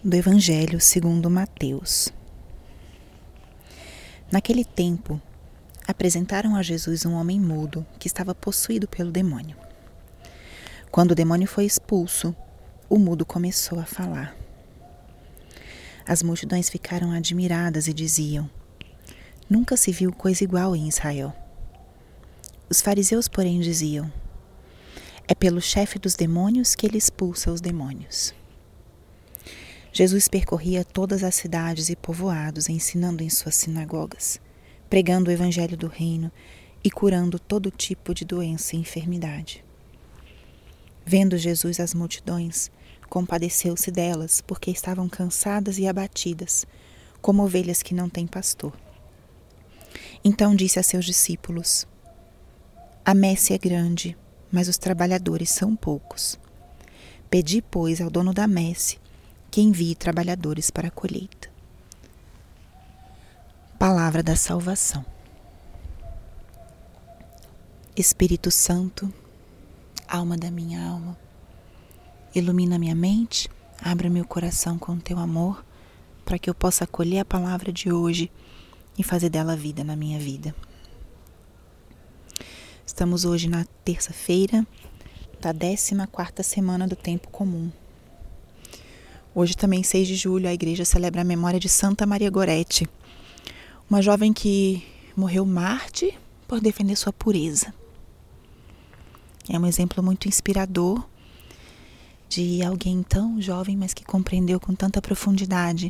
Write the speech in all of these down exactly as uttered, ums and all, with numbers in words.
do Evangelho segundo Mateus. Naquele tempo, apresentaram a Jesus um homem mudo que estava possuído pelo demônio. Quando o demônio foi expulso, o mudo começou a falar. As multidões ficaram admiradas e diziam: "Nunca se viu coisa igual em Israel." Os fariseus, porém, diziam: "É pelo chefe dos demônios que ele expulsa os demônios." Jesus percorria todas as cidades e povoados, ensinando em suas sinagogas, pregando o evangelho do reino e curando todo tipo de doença e enfermidade. Vendo Jesus as multidões, compadeceu-se delas, porque estavam cansadas e abatidas, como ovelhas que não têm pastor. Então disse a seus discípulos: "A messe é grande, mas os trabalhadores são poucos. Pedi, pois, ao dono da messe que envie trabalhadores para a colheita." Palavra da salvação. Espírito Santo, alma da minha alma, ilumina minha mente, abra meu coração com teu amor, para que eu possa acolher a palavra de hoje e fazer dela vida na minha vida. Estamos hoje na terça-feira da décima quarta semana do tempo comum. Hoje também, seis de julho, a igreja celebra a memória de Santa Maria Goretti, uma jovem que morreu mártir por defender sua pureza. É um exemplo muito inspirador de alguém tão jovem, mas que compreendeu com tanta profundidade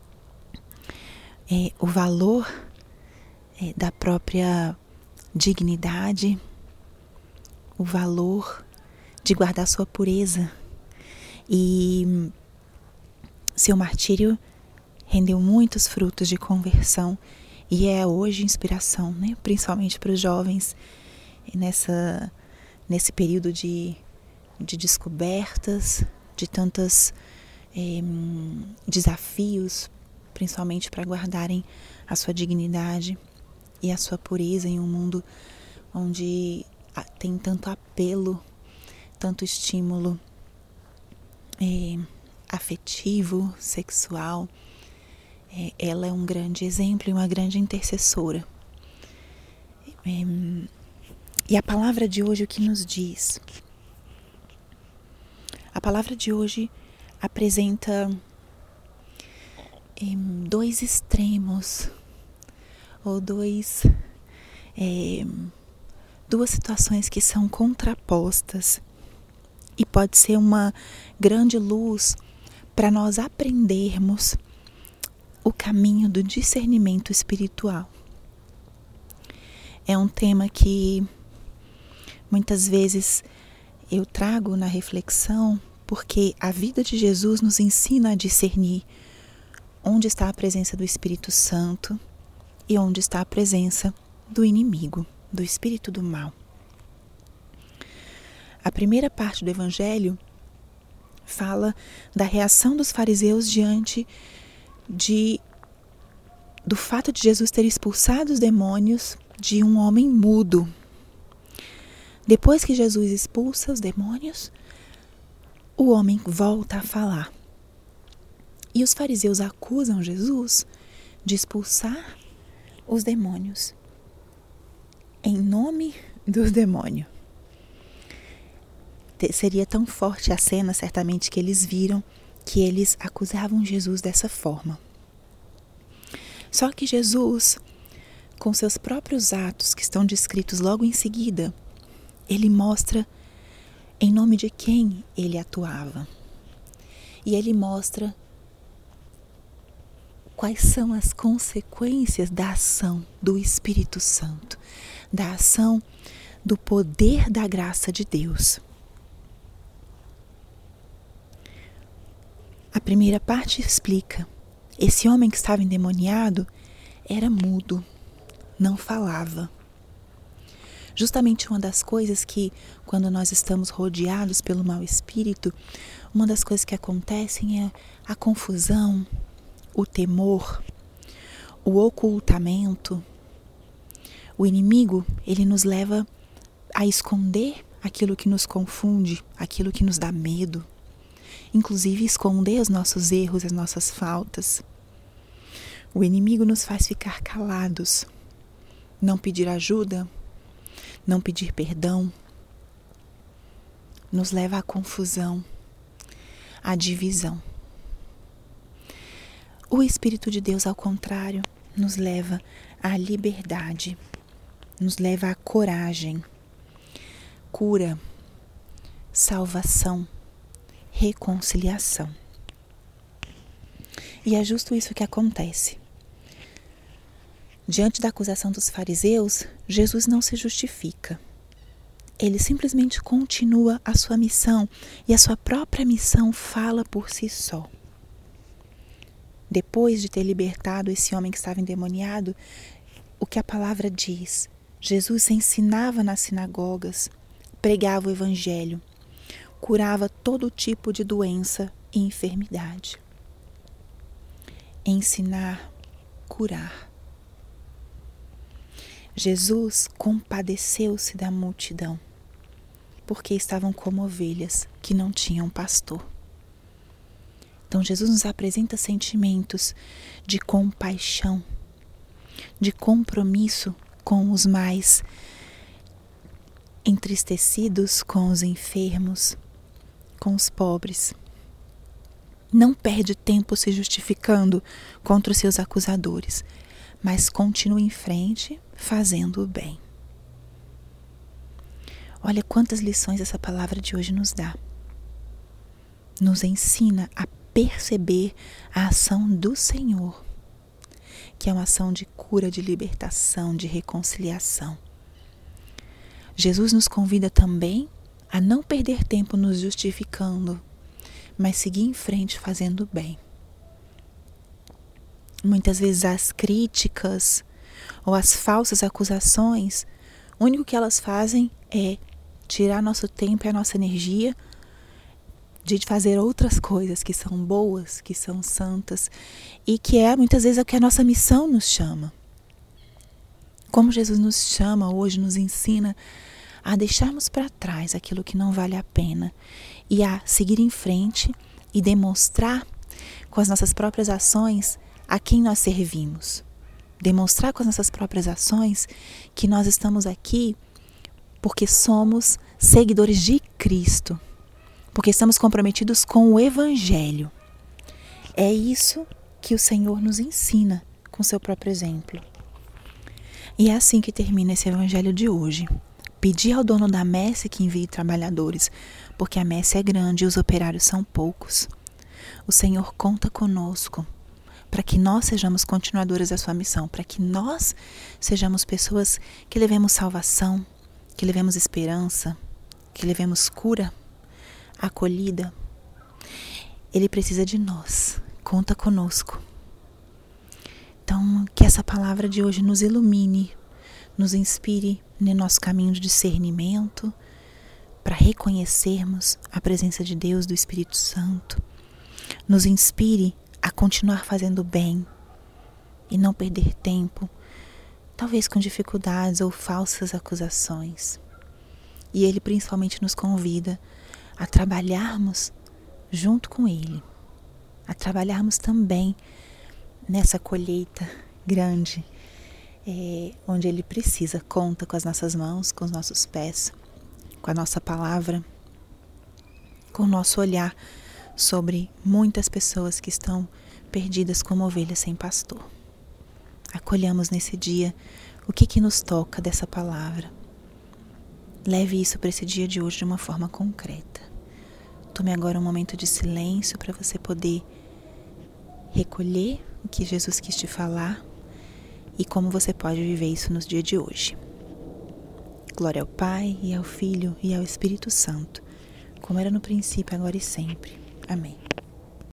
é, o valor é, da própria dignidade, o valor de guardar sua pureza. E seu martírio rendeu muitos frutos de conversão e é hoje inspiração, né? Principalmente para os jovens nessa, nesse período de, de descobertas, de tantos eh, desafios, principalmente para guardarem a sua dignidade e a sua pureza em um mundo onde tem tanto apelo, tanto estímulo eh, afetivo, sexual. É, ela é um grande exemplo e uma grande intercessora. É, e a palavra de hoje o que nos diz? A palavra de hoje apresenta é, dois extremos, ou dois, é, duas situações que são contrapostas, e pode ser uma grande luz para nós aprendermos o caminho do discernimento espiritual. É um tema que muitas vezes eu trago na reflexão, porque a vida de Jesus nos ensina a discernir onde está a presença do Espírito Santo e onde está a presença do inimigo, do espírito do mal. A primeira parte do Evangelho fala da reação dos fariseus diante de, do fato de Jesus ter expulsado os demônios de um homem mudo. Depois que Jesus expulsa os demônios, o homem volta a falar. E os fariseus acusam Jesus de expulsar os demônios em nome do demônio. Seria tão forte a cena, certamente, que eles viram que eles acusavam Jesus dessa forma. Só que Jesus, com seus próprios atos, que estão descritos logo em seguida, ele mostra em nome de quem ele atuava. E ele mostra quais são as consequências da ação do Espírito Santo, da ação do poder da graça de Deus. A primeira parte explica: esse homem que estava endemoniado era mudo, não falava. Justamente uma das coisas que, quando nós estamos rodeados pelo mau espírito, uma das coisas que acontecem é a confusão, o temor, o ocultamento. O inimigo, ele nos leva a esconder aquilo que nos confunde, aquilo que nos dá medo. inclusive esconder os nossos erros, as nossas faltas. O inimigo nos faz ficar calados, não pedir ajuda, não pedir perdão, nos leva à confusão, à divisão. O Espírito de Deus, ao contrário, nos leva à liberdade, nos leva à coragem, cura, salvação, reconciliação. E é justo isso que acontece. Diante da acusação dos fariseus, Jesus não se justifica. Ele simplesmente continua a sua missão e a sua própria missão fala por si só. Depois de ter libertado esse homem que estava endemoniado, o que a palavra diz? Jesus ensinava nas sinagogas, pregava o evangelho, curava todo tipo de doença e enfermidade. Ensinar, curar. Jesus compadeceu-se da multidão, porque estavam como ovelhas que não tinham pastor. Então Jesus nos apresenta sentimentos de compaixão, de compromisso com os mais entristecidos, com os enfermos, com os pobres. Não perde tempo se justificando contra os seus acusadores, mas continua em frente fazendo o bem. Olha quantas lições essa palavra de hoje nos dá. Nos ensina a perceber a ação do Senhor, que é uma ação de cura, de libertação, de reconciliação. Jesus nos convida também a não perder tempo nos justificando, mas seguir em frente fazendo o bem. Muitas vezes as críticas ou as falsas acusações, o único que elas fazem é tirar nosso tempo e a nossa energia de fazer outras coisas que são boas, que são santas e que é muitas vezes o que a nossa missão nos chama. Como Jesus nos chama hoje, nos ensina a deixarmos para trás aquilo que não vale a pena e a seguir em frente e demonstrar com as nossas próprias ações a quem nós servimos. Demonstrar com as nossas próprias ações que nós estamos aqui porque somos seguidores de Cristo, porque estamos comprometidos com o Evangelho. É isso que o Senhor nos ensina com seu próprio exemplo. E é assim que termina esse Evangelho de hoje. Pedir ao dono da messe que envie trabalhadores, porque a messe é grande e os operários são poucos. O Senhor conta conosco para que nós sejamos continuadores da sua missão, para que nós sejamos pessoas que levemos salvação, que levemos esperança, que levemos cura, acolhida. Ele precisa de nós, conta conosco. Então, que essa palavra de hoje nos ilumine, nos inspire no nosso caminho de discernimento, para reconhecermos a presença de Deus, do Espírito Santo, nos inspire a continuar fazendo bem e não perder tempo, talvez com dificuldades ou falsas acusações. E Ele principalmente nos convida a trabalharmos junto com Ele, a trabalharmos também nessa colheita grande, é, onde Ele precisa, conta com as nossas mãos, com os nossos pés, com a nossa palavra, com o nosso olhar sobre muitas pessoas que estão perdidas como ovelhas sem pastor. Acolhamos nesse dia o que, que nos toca dessa palavra. Leve isso para esse dia de hoje de uma forma concreta. Tome agora um momento de silêncio para você poder recolher o que Jesus quis te falar e como você pode viver isso nos dias de hoje. Glória ao Pai, e ao Filho, e ao Espírito Santo, como era no princípio, agora e sempre. Amém.